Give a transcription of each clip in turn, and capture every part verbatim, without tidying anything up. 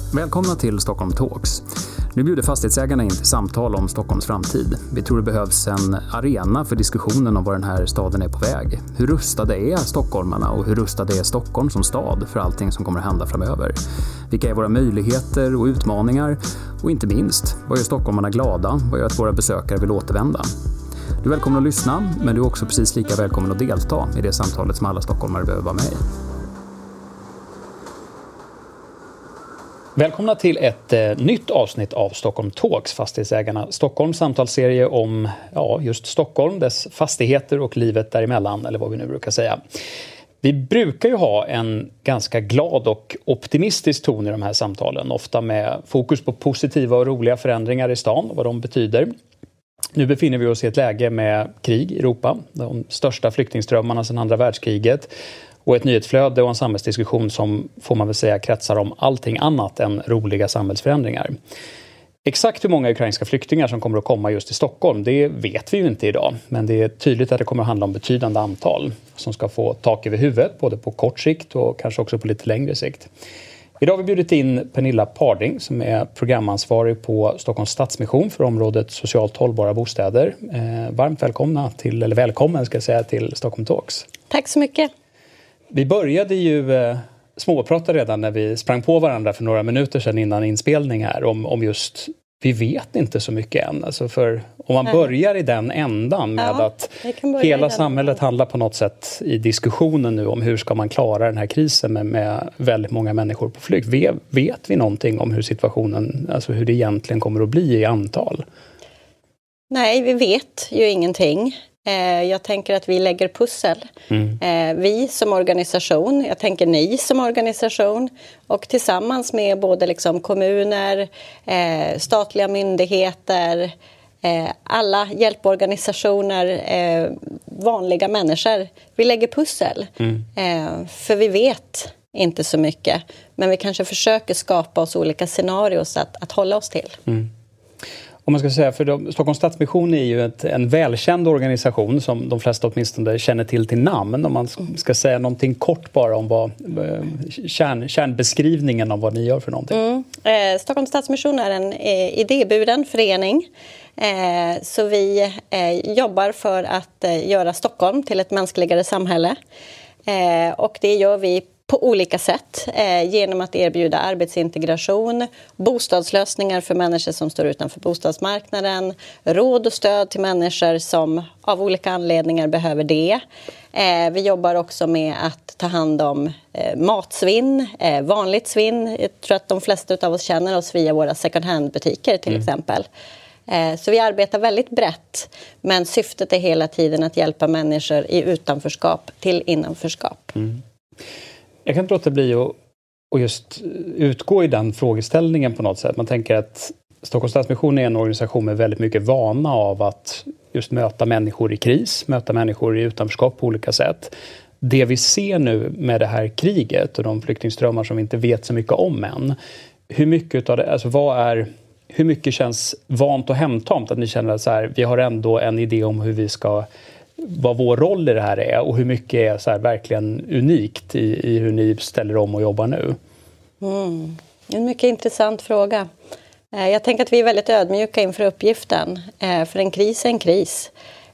Välkomna till Stockholm Talks. Nu bjuder fastighetsägarna in till samtal om Stockholms framtid. Vi tror det behövs en arena för diskussionen om var den här staden är på väg. Hur rustade är stockholmarna och hur rustade är Stockholm som stad för allting som kommer att hända framöver? Vilka är våra möjligheter och utmaningar? Och inte minst, vad gör stockholmarna glada? Vad gör att våra besökare vill återvända? Du är välkommen att lyssna, men du är också precis lika välkommen att delta i det samtalet som alla stockholmare behöver vara med i. Välkomna till ett eh, nytt avsnitt av Stockholm Talks, fastighetsägarna Stockholms samtalsserie om ja, just Stockholm, dess fastigheter och livet däremellan, eller vad vi nu brukar säga. Vi brukar ju ha en ganska glad och optimistisk ton i de här samtalen, ofta med fokus på positiva och roliga förändringar i stan och vad de betyder. Nu befinner vi oss i ett läge med krig i Europa, de största flyktingströmmarna sedan andra världskriget. Och ett nyhetsflöde och en samhällsdiskussion som, får man väl säga, kretsar om allting annat än roliga samhällsförändringar. Exakt hur många ukrainska flyktingar som kommer att komma just i Stockholm, det vet vi ju inte idag. Men det är tydligt att det kommer att handla om betydande antal som ska få tak över huvudet, både på kort sikt och kanske också på lite längre sikt. Idag har vi bjudit in Pernilla Parding som är programansvarig på Stockholms Stadsmission för området socialt hållbara bostäder. Eh, varmt välkomna till, eller välkommen ska jag säga, till Stockholm Talks. Tack så mycket. Vi började ju eh, småprata redan när vi sprang på varandra för några minuter sedan innan inspelning här om, om just, vi vet inte så mycket än. Alltså för, om man börjar i den ändan med ja, att hela samhället handlar på något sätt i diskussionen nu om hur ska man klara den här krisen med, med väldigt många människor på flykt. Vet, vet vi någonting om hur situationen, alltså hur det egentligen kommer att bli i antal? Nej, vi vet ju ingenting. Jag tänker att vi lägger pussel. Mm. Vi som organisation, jag tänker ni som organisation och tillsammans med både liksom kommuner, statliga myndigheter, alla hjälporganisationer, vanliga människor. Vi lägger pussel. Mm. För vi vet inte så mycket. Men vi kanske försöker skapa oss olika scenarier att, att hålla oss till. Mm. Om man ska säga, för de, Stockholms Stadsmission är ju ett, en välkänd organisation som de flesta åtminstone känner till till namn. Om man ska säga någonting kort bara om vad, kärn, kärnbeskrivningen av vad ni gör för någonting. Mm. Eh, Stockholms Stadsmission är en eh, idéburen förening. Eh, så vi eh, jobbar för att eh, göra Stockholm till ett mänskligare samhälle. Eh, och det gör vi på olika sätt eh, genom att erbjuda arbetsintegration, bostadslösningar för människor som står utanför bostadsmarknaden, råd och stöd till människor som av olika anledningar behöver det. Eh, vi jobbar också med att ta hand om eh, matsvinn, eh, vanligt svinn. Jag tror att de flesta av oss känner oss via våra second hand-butiker till mm. exempel. Eh, så vi arbetar väldigt brett, men syftet är hela tiden att hjälpa människor i utanförskap till innanförskap. Mm. Jag kan inte låta bli att och just utgå i den frågeställningen på något sätt. Man tänker att Stockholms Stadsmission är en organisation med väldigt mycket vana av att just möta människor i kris, möta människor i utanförskap på olika sätt. Det vi ser nu med det här kriget och de flyktingströmmar som vi inte vet så mycket om än. Hur mycket av det, alltså vad är, hur mycket känns vant och hemtamt att ni känner att så här, vi har ändå en idé om hur vi ska, vad vår roll i det här är och hur mycket är så här verkligen unikt i, i hur ni ställer om och jobbar nu? Mm. En mycket intressant fråga. Jag tänker att vi är väldigt ödmjuka inför uppgiften. För en kris är en kris.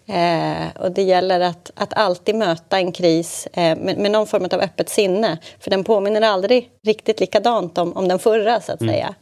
Och det gäller att, att alltid möta en kris med, med någon form av öppet sinne. För den påminner aldrig riktigt likadant om, om den förra så att mm. säga.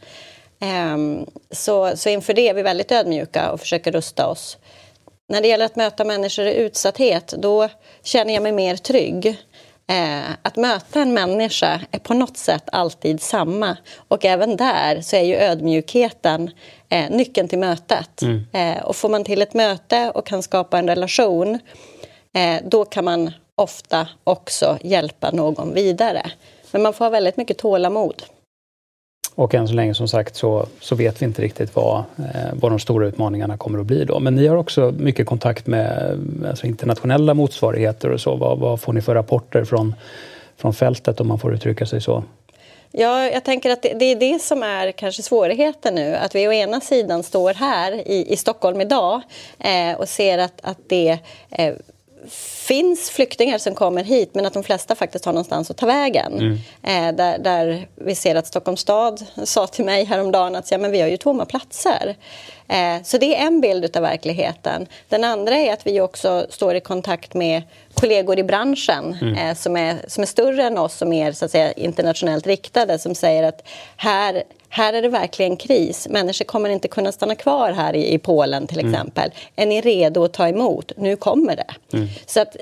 Så, så inför det är vi väldigt ödmjuka och försöker rusta oss. När det gäller att möta människor i utsatthet, då känner jag mig mer trygg. Eh, att möta en människa är på något sätt alltid samma. Och även där så är ju ödmjukheten eh, nyckeln till mötet. Mm. Eh, och får man till ett möte och kan skapa en relation, eh, då kan man ofta också hjälpa någon vidare. Men man får ha väldigt mycket tålamod. Och än så länge som sagt så, så vet vi inte riktigt vad, eh, vad de stora utmaningarna kommer att bli då. Men ni har också mycket kontakt med alltså internationella motsvarigheter och så. Vad, vad får ni för rapporter från, från fältet om man får uttrycka sig så? Ja, jag tänker att det, det är det som är kanske svårigheten nu. Att vi å ena sidan står här i, i Stockholm idag eh, och ser att, att det eh, finns flyktingar som kommer hit, men att de flesta faktiskt har någonstans att ta vägen. Mm. Eh, där, där vi ser att Stockholms stad sa till mig häromdagen att ja, men vi har ju tomma platser. Eh, så det är en bild av verkligheten. Den andra är att vi också står i kontakt med kollegor i branschen mm. eh, som, är, som är större än oss och mer så att säga, internationellt riktade, som säger att här, här är det verkligen kris. Människor kommer inte kunna stanna kvar här i, i Polen till exempel. Mm. Är ni redo att ta emot? Nu kommer det. Mm. Så att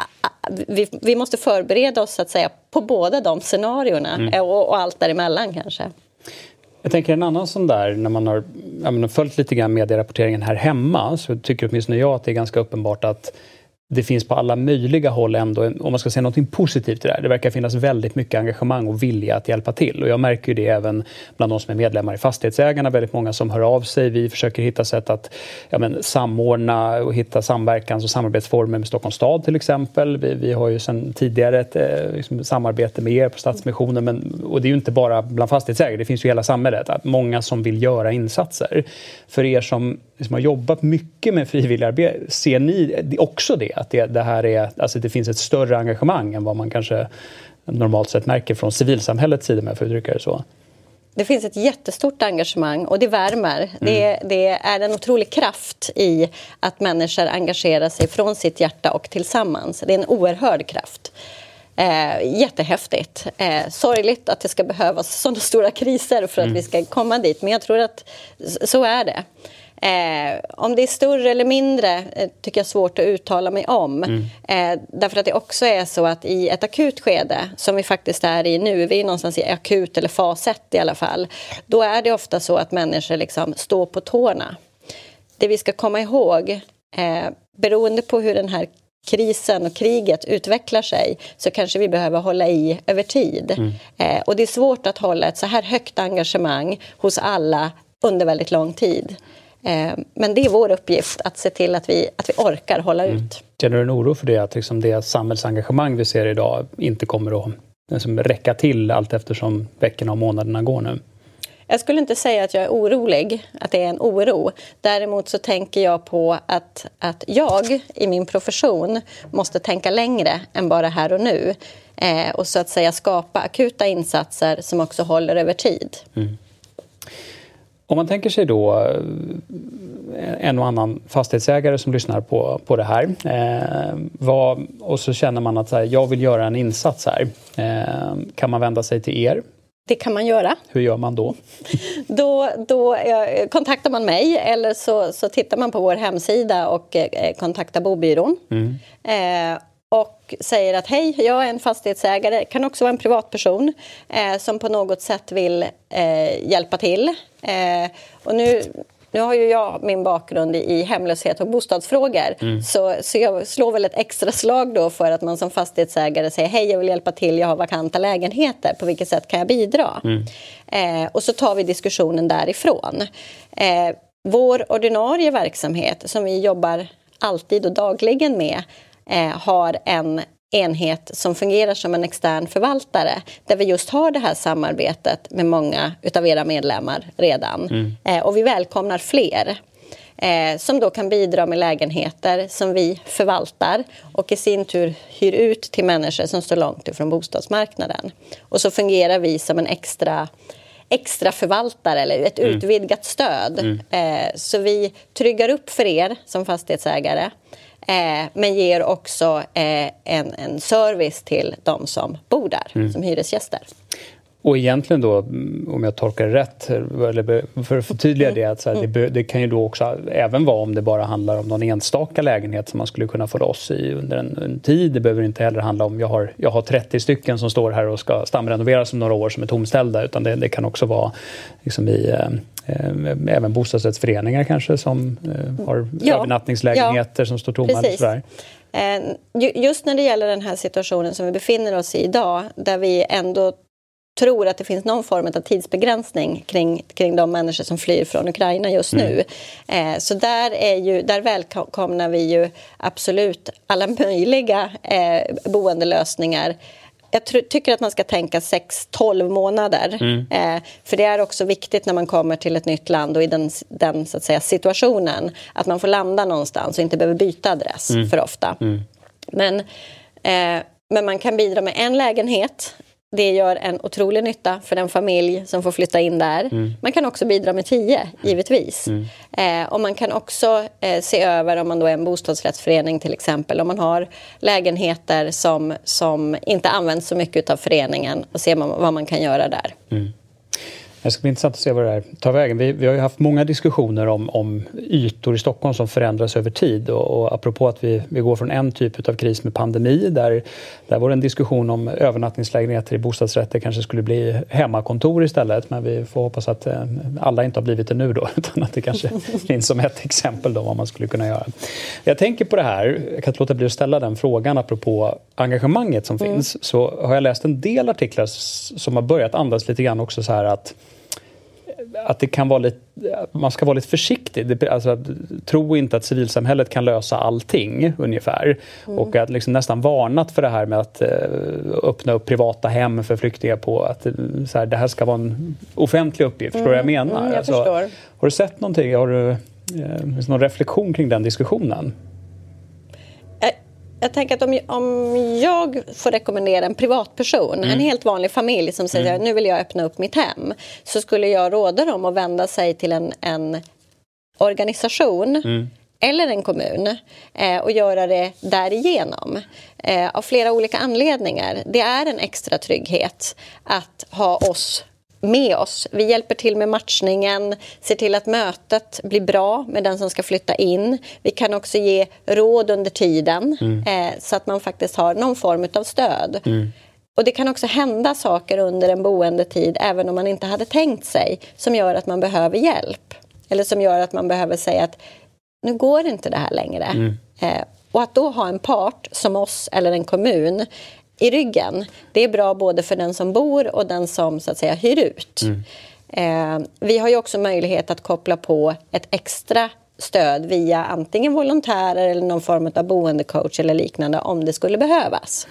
vi, vi måste förbereda oss så att säga på båda de scenarierna mm. och, och allt däremellan kanske. Jag tänker en annan sån där, när man har jag menar, följt lite grann medierapporteringen här hemma, så tycker åtminstone jag att det är ganska uppenbart att det finns på alla möjliga håll ändå, om man ska säga något positivt i det här. Det verkar finnas väldigt mycket engagemang och vilja att hjälpa till. Och jag märker ju det även bland de som är medlemmar i Fastighetsägarna. Väldigt många som hör av sig. Vi försöker hitta sätt att ja, men, samordna och hitta samverkans- och samarbetsformer med Stockholms stad till exempel. Vi, vi har ju sedan tidigare ett eh, liksom, samarbete med er på Stadsmissionen. Men, och det är ju inte bara bland fastighetsägare, det finns ju hela samhället. Att många som vill göra insatser. För er som liksom, har jobbat mycket med frivilligarbete, ser ni också det? Att det, det här är, alltså det finns ett större engagemang än vad man kanske normalt sett märker från civilsamhällets sida, med att uttrycka det så. Det finns ett jättestort engagemang och det värmer. Mm. Det, det är en otrolig kraft i att människor engagerar sig från sitt hjärta och tillsammans. Det är en oerhörd kraft. Eh, jättehäftigt. Eh, sorgligt att det ska behövas sådana stora kriser för att mm. vi ska komma dit. Men jag tror att så är det. Eh, om det är större eller mindre eh, tycker jag är svårt att uttala mig om. Mm. Eh, därför att det också är så att i ett akut skede, som vi faktiskt är i nu, vi är någonstans i akut eller fas ett i alla fall, då är det ofta så att människor liksom står på tårna. Det vi ska komma ihåg, eh, beroende på hur den här krisen och kriget utvecklar sig, så kanske vi behöver hålla i över tid. Mm. Eh, och det är svårt att hålla ett så här högt engagemang hos alla under väldigt lång tid. Men det är vår uppgift att se till att vi, att vi orkar hålla mm. ut. Känner du en oro för det? Att liksom det samhällsengagemang vi ser idag inte kommer att liksom räcka till allt eftersom veckorna och månaderna går nu? Jag skulle inte säga att jag är orolig, att det är en oro. Däremot så tänker jag på att, att jag i min profession måste tänka längre än bara här och nu. Eh, och så att säga skapa akuta insatser som också håller över tid. Mm. Om man tänker sig då en och annan fastighetsägare som lyssnar på, på det här eh, vad, och så känner man att så här, jag vill göra en insats här. Eh, kan man vända sig till er? Det kan man göra. Hur gör man då? då då eh, kontaktar man mig eller så, så tittar man på vår hemsida och eh, kontaktar bobyrån. Mm. Eh, och säger att hej, jag är en fastighetsägare, det kan också vara en privatperson eh, som på något sätt vill eh, hjälpa till. Eh, och nu, nu har ju jag min bakgrund i, i hemlöshet och bostadsfrågor, mm. så, så jag slår väl ett extra slag då för att man som fastighetsägare säger hej, jag vill hjälpa till, jag har vakanta lägenheter, på vilket sätt kan jag bidra? Mm. Eh, och så tar vi diskussionen därifrån. Eh, vår ordinarie verksamhet som vi jobbar alltid och dagligen med Eh, har en enhet som fungerar som en extern förvaltare, där vi just har det här samarbetet med många utav era medlemmar redan. Mm. Eh, och vi välkomnar fler eh, som då kan bidra med lägenheter som vi förvaltar och i sin tur hyr ut till människor som står långt ifrån bostadsmarknaden. Och så fungerar vi som en extra extra förvaltare eller ett mm. utvidgat stöd. Mm. Eh, så vi tryggar upp för er som fastighetsägare, Eh, men ger också eh, en, en service till de som bor där mm. som hyresgäster. Och egentligen då, om jag tolkar det rätt, eller för att förtydliga det, att så här, det, det kan ju då också även vara om det bara handlar om någon enstaka lägenhet som man skulle kunna få loss i under en, en tid. Det behöver inte heller handla om, jag har, jag har trettio stycken som står här och ska stamrenoveras om några år som är tomställda, utan det, det kan också vara liksom i... Eh, även bostadsrättsföreningar kanske som eh, har ja, övernattningslägenheter ja, som står tomma. Eller sådär. Eh, just när det gäller den här situationen som vi befinner oss i idag, där vi ändå tror att det finns någon form av tidsbegränsning kring, kring de människor som flyr från Ukraina just mm. nu. Eh, så där, är ju, där välkomnar vi ju absolut alla möjliga eh, boendelösningar. Jag tr- tycker att man ska tänka sex till tolv månader. Mm. Eh, för det är också viktigt när man kommer till ett nytt land och i den, den så att säga, situationen att man får landa någonstans och inte behöver byta adress mm. för ofta. Mm. Men, eh, men man kan bidra med en lägenhet. Det gör en otrolig nytta för den familj som får flytta in där. Mm. Man kan också bidra med tio, givetvis. Mm. Eh, och man kan också eh, se över, om man då är en bostadsrättsförening till exempel, om man har lägenheter som, som inte används så mycket av föreningen, och se vad man kan göra där. Mm. Det ska bli intressant att se vad det här tar vägen. Vi, vi har ju haft många diskussioner om, om ytor i Stockholm som förändras över tid. Och, och apropå att vi, vi går från en typ av kris med pandemi, där, där var det en diskussion om övernattningslägenheter i bostadsrätter kanske skulle bli hemmakontor istället. Men vi får hoppas att eh, alla inte har blivit det nu då, utan att det kanske finns som ett exempel då vad man skulle kunna göra. Jag tänker på det här, jag kan inte låta bli att ställa den frågan apropå engagemanget som mm. finns. Så har jag läst en del artiklar som har börjat andas lite grann också så här att att det kan vara lite, man ska vara lite försiktig. Alltså att, tro inte att civilsamhället kan lösa allting ungefär. Mm. Och att liksom nästan varnat för det här med att uh, öppna upp privata hem för flyktingar på att uh, så här, det här ska vara en offentlig uppgift. Mm. Förstår jag menar? Mm, jag alltså, förstår. Har du sett någonting? Har du uh, någon reflektion kring den diskussionen? Jag tänker att om, om jag får rekommendera en privatperson, mm. en helt vanlig familj som säger mm. nu vill jag öppna upp mitt hem, så skulle jag råda dem att vända sig till en, en organisation mm. eller en kommun eh, och göra det därigenom. Eh, av flera olika anledningar. Det är en extra trygghet att ha oss med oss. Vi hjälper till med matchningen, ser till att mötet blir bra med den som ska flytta in. Vi kan också ge råd under tiden mm. eh, så att man faktiskt har någon form av stöd. Mm. Och det kan också hända saker under en boendetid även om man inte hade tänkt sig, som gör att man behöver hjälp. Eller som gör att man behöver säga att nu går inte det här längre. Mm. Eh, och att då ha en part som oss eller en kommun i ryggen, det är bra både för den som bor och den som så att säga hyr ut. Mm. Eh, vi har ju också möjlighet att koppla på ett extra stöd via antingen volontärer eller någon form av boendecoach eller liknande om det skulle behövas.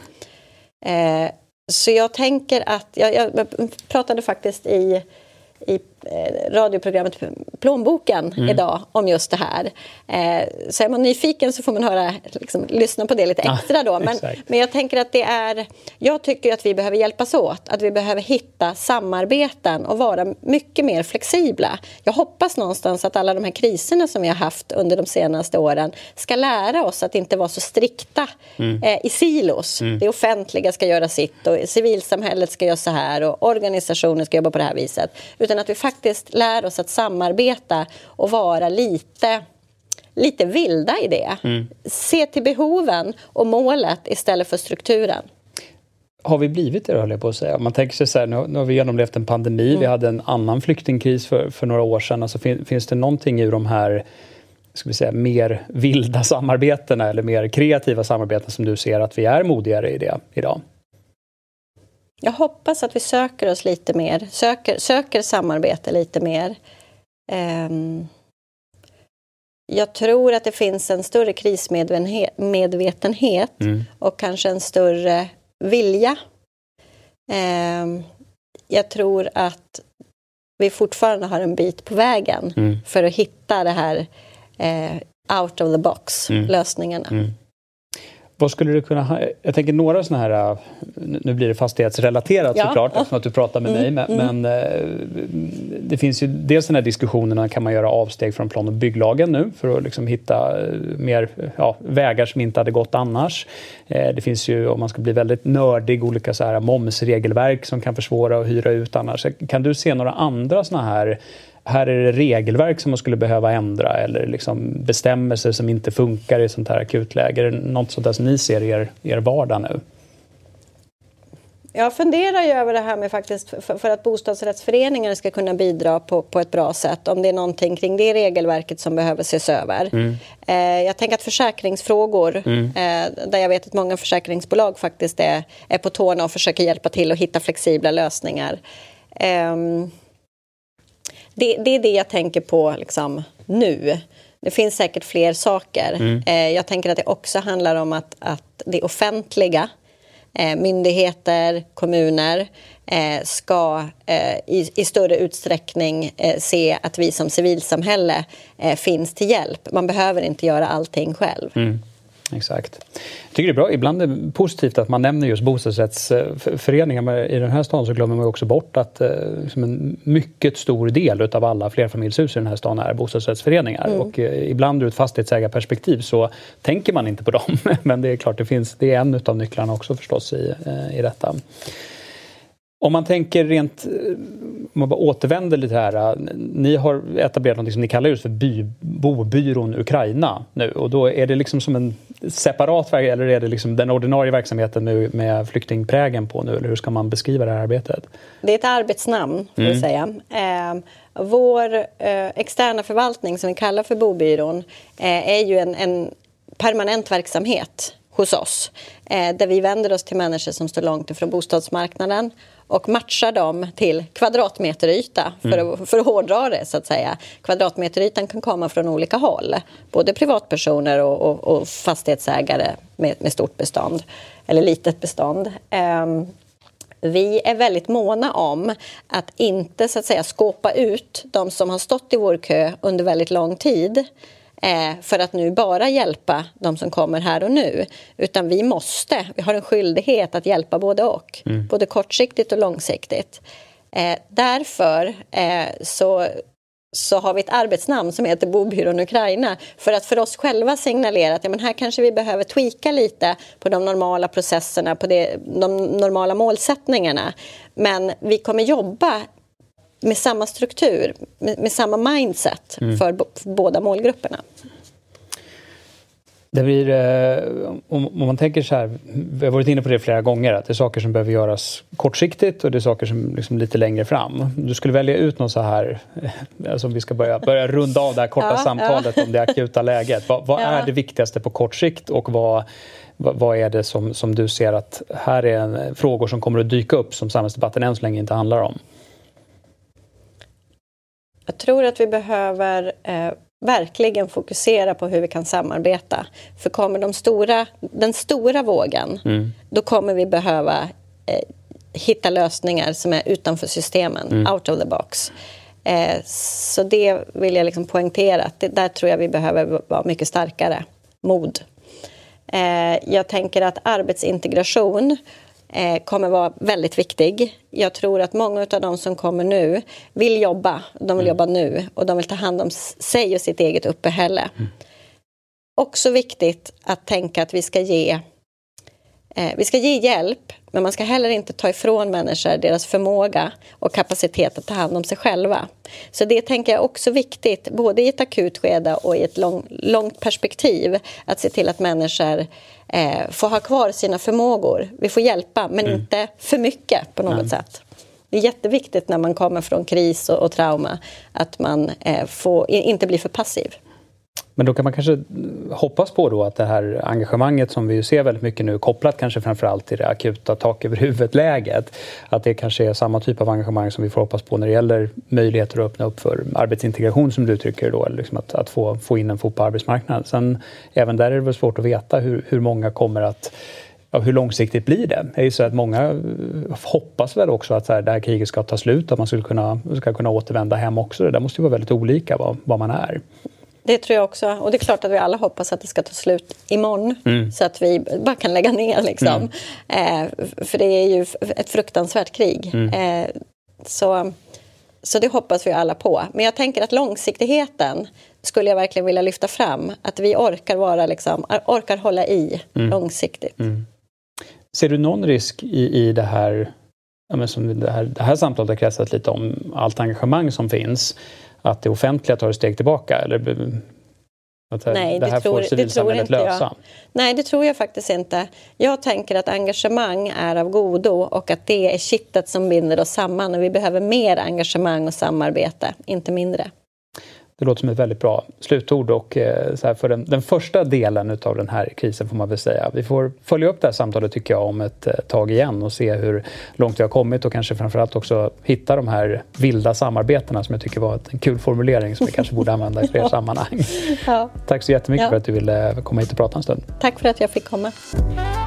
Eh, så jag tänker att, jag, jag pratade faktiskt i i radioprogrammet Plånboken mm. idag om just det här. Eh, så är man nyfiken så får man höra, liksom, lyssna på det lite extra ja, då. Men, men jag tänker att det är, jag tycker att vi behöver hjälpas åt. Att vi behöver hitta samarbeten och vara mycket mer flexibla. Jag hoppas någonstans att alla de här kriserna som vi har haft under de senaste åren ska lära oss att inte vara så strikta mm. eh, i silos. Mm. Det offentliga ska göra sitt och civilsamhället ska göra så här och organisationer ska jobba på det här viset. Utan att vi faktiskt lär oss att samarbeta och vara lite, lite vilda i det. Mm. Se till behoven och målet istället för strukturen. Har vi blivit det, höll jag på att säga? Man tänker sig så här, nu, nu har vi genomlevt en pandemi. Mm. Vi hade en annan flyktingkris för, för några år sedan. Alltså, fin, finns det någonting i de här, ska vi säga, mer vilda samarbetena eller mer kreativa samarbeten som du ser att vi är modigare i det idag? Jag hoppas att vi söker oss lite mer, söker, söker samarbete lite mer. Um, jag tror att det finns en större krismedvetenhet mm. och kanske en större vilja. Um, jag tror att vi fortfarande har en bit på vägen mm. för att hitta det här uh, out of the box mm. lösningarna. Mm. Vad skulle du kunna ha? Jag tänker några sådana här, nu blir det fastighetsrelaterat ja. såklart, eftersom att du pratar med mm, mig, men, mm. men det finns ju dels den här diskussionerna, kan man göra avsteg från plan- och bygglagen nu för att liksom hitta mer ja, vägar som inte hade gått annars. Det finns ju, om man ska bli väldigt nördig, olika så här momsregelverk som kan försvåra att hyra ut annars. Kan du se några andra sådana här, här är det regelverk som man skulle behöva ändra eller liksom bestämmelser som inte funkar i sånt här akutläge? Är det något sånt där som ni ser i er, er vardag nu? Jag funderar ju över det här med faktiskt för, för att bostadsrättsföreningar ska kunna bidra på, på ett bra sätt. Om det är någonting kring det regelverket som behöver ses över. Mm. Eh, jag tänker att försäkringsfrågor, mm. eh, där jag vet att många försäkringsbolag faktiskt är, är på tårna och försöker hjälpa till och hitta flexibla lösningar. Eh, Det, det är det jag tänker på liksom, nu. Det finns säkert fler saker. Mm. Eh, jag tänker att det också handlar om att, att det offentliga, eh, myndigheter, kommuner eh, ska eh, i, i större utsträckning eh, se att vi som civilsamhälle eh, finns till hjälp. Man behöver inte göra allting själv. Mm. Exakt. Jag tycker det är bra. Ibland är det positivt att man nämner just bostadsrättsföreningar. Men i den här stan så glömmer man också bort att liksom en mycket stor del av alla flerfamiljshus i den här stan är bostadsrättsföreningar. Mm. Och ibland ur ett fastighetsägarperspektiv så tänker man inte på dem. Men det är klart, det, finns, det är en av nycklarna också förstås i, i detta. Om man tänker rent, om man bara återvänder lite här, ni har etablerat något som ni kallar just för by, bobyrån Ukraina nu, och då är det liksom som en separat verksamhet, eller är det liksom den ordinarie verksamheten med, med flyktingprägen på nu, eller hur ska man beskriva det här arbetet? Det är ett arbetsnamn, vill mm. säga. Eh, vår eh, externa förvaltning som vi kallar för bobyrån eh, är ju en, en permanent verksamhet hos oss, eh, där vi vänder oss till människor som står långt ifrån bostadsmarknaden och matchar dem till kvadratmeteryta, för, mm. att, för att hårdra det så att säga. Kvadratmeterytan kan komma från olika håll, både privatpersoner och, och, och fastighetsägare med, med stort bestånd eller litet bestånd. Eh, vi är väldigt måna om att inte så att säga skåpa ut de som har stått i vår kö under väldigt lång tid, för att nu bara hjälpa de som kommer här och nu. Utan vi måste, vi har en skyldighet att hjälpa både och. Mm. Både kortsiktigt och långsiktigt. Eh, därför eh, så, så har vi ett arbetsnamn som heter Bobyrån Ukraina. För att för oss själva signalera att ja, men här kanske vi behöver tweaka lite på de normala processerna, på det, de normala målsättningarna. Men vi kommer jobba med samma struktur, med, med samma mindset mm. för, bo, för båda målgrupperna. Det blir, om, om man tänker så här, vi har varit inne på det flera gånger, att det är saker som behöver göras kortsiktigt och det är saker som liksom lite längre fram. Du skulle välja ut någon så här, alltså om vi ska börja, börja runda av det här korta ja, samtalet ja. om det akuta läget. Vad, vad ja. är det viktigaste på kort sikt och vad, vad är det som, som du ser att här är en, frågor som kommer att dyka upp som samhällsdebatten än så länge inte handlar om? Jag tror att vi behöver eh, verkligen fokusera på hur vi kan samarbeta. För kommer de stora, den stora vågen, mm. då kommer vi behöva eh, hitta lösningar som är utanför systemen, mm. out of the box. Eh, så det vill jag liksom poängtera, att det, där tror jag vi behöver vara mycket starkare. Mod. Eh, jag tänker att arbetsintegration kommer vara väldigt viktig. Jag tror att många av de som kommer nu vill jobba. De vill mm. jobba nu och de vill ta hand om sig och sitt eget uppehälle. Mm. Också viktigt att tänka att vi ska ge eh, vi ska ge hjälp, men man ska heller inte ta ifrån människor deras förmåga och kapacitet att ta hand om sig själva. Så det tänker jag också viktigt, både i ett akut skede och i ett lång, långt perspektiv, att se till att människor eh, får ha kvar sina förmågor. Vi får hjälpa, men mm. inte för mycket på något mm. sätt. Det är jätteviktigt när man kommer från kris och, och trauma att man eh, får, inte blir för passiv. Men då kan man kanske hoppas på då att det här engagemanget som vi ser väldigt mycket nu, kopplat kanske framförallt till det akuta tak över huvudet-läget, att det kanske är samma typ av engagemang som vi får hoppas på när det gäller möjligheter att öppna upp för arbetsintegration, som du tycker då, eller liksom att, att få, få in en fot på arbetsmarknaden. Sen även där är det väl svårt att veta hur, hur många kommer att, ja, hur långsiktigt blir det? Det är ju så att många hoppas väl också att så här, det här kriget ska ta slut, att man skulle kunna, ska kunna återvända hem också. Det där måste ju vara väldigt olika vad, vad man är. Det tror jag också. Och det är klart att vi alla hoppas att det ska ta slut imorgon. Mm. Så att vi bara kan lägga ner liksom. Mm. Eh, för det är ju ett fruktansvärt krig. Mm. Eh, så, så det hoppas vi alla på. Men jag tänker att långsiktigheten skulle jag verkligen vilja lyfta fram. Att vi orkar vara liksom, orkar hålla i mm. långsiktigt. Mm. Ser du någon risk i, i det här, ja, men som det här, det här samtalet har kretsat lite om allt engagemang som finns, att det offentliga tar ett steg tillbaka, eller att det, Nej, det här det tror, får civilsamhället det tror lösa? Jag. Nej, det tror jag faktiskt inte. Jag tänker att engagemang är av godo och att det är kittet som binder oss samman, och vi behöver mer engagemang och samarbete, inte mindre. Det låter som ett väldigt bra slutord, och eh, så här, för den, den första delen av den här krisen får man väl säga. Vi får följa upp det här samtalet tycker jag om ett eh, tag igen och se hur långt vi har kommit, och kanske framförallt också hitta de här vilda samarbetena som jag tycker var en kul formulering som vi kanske borde använda i fler sammanhang. Ja. Tack så jättemycket ja. för att du ville komma hit och prata en stund. Tack för att jag fick komma.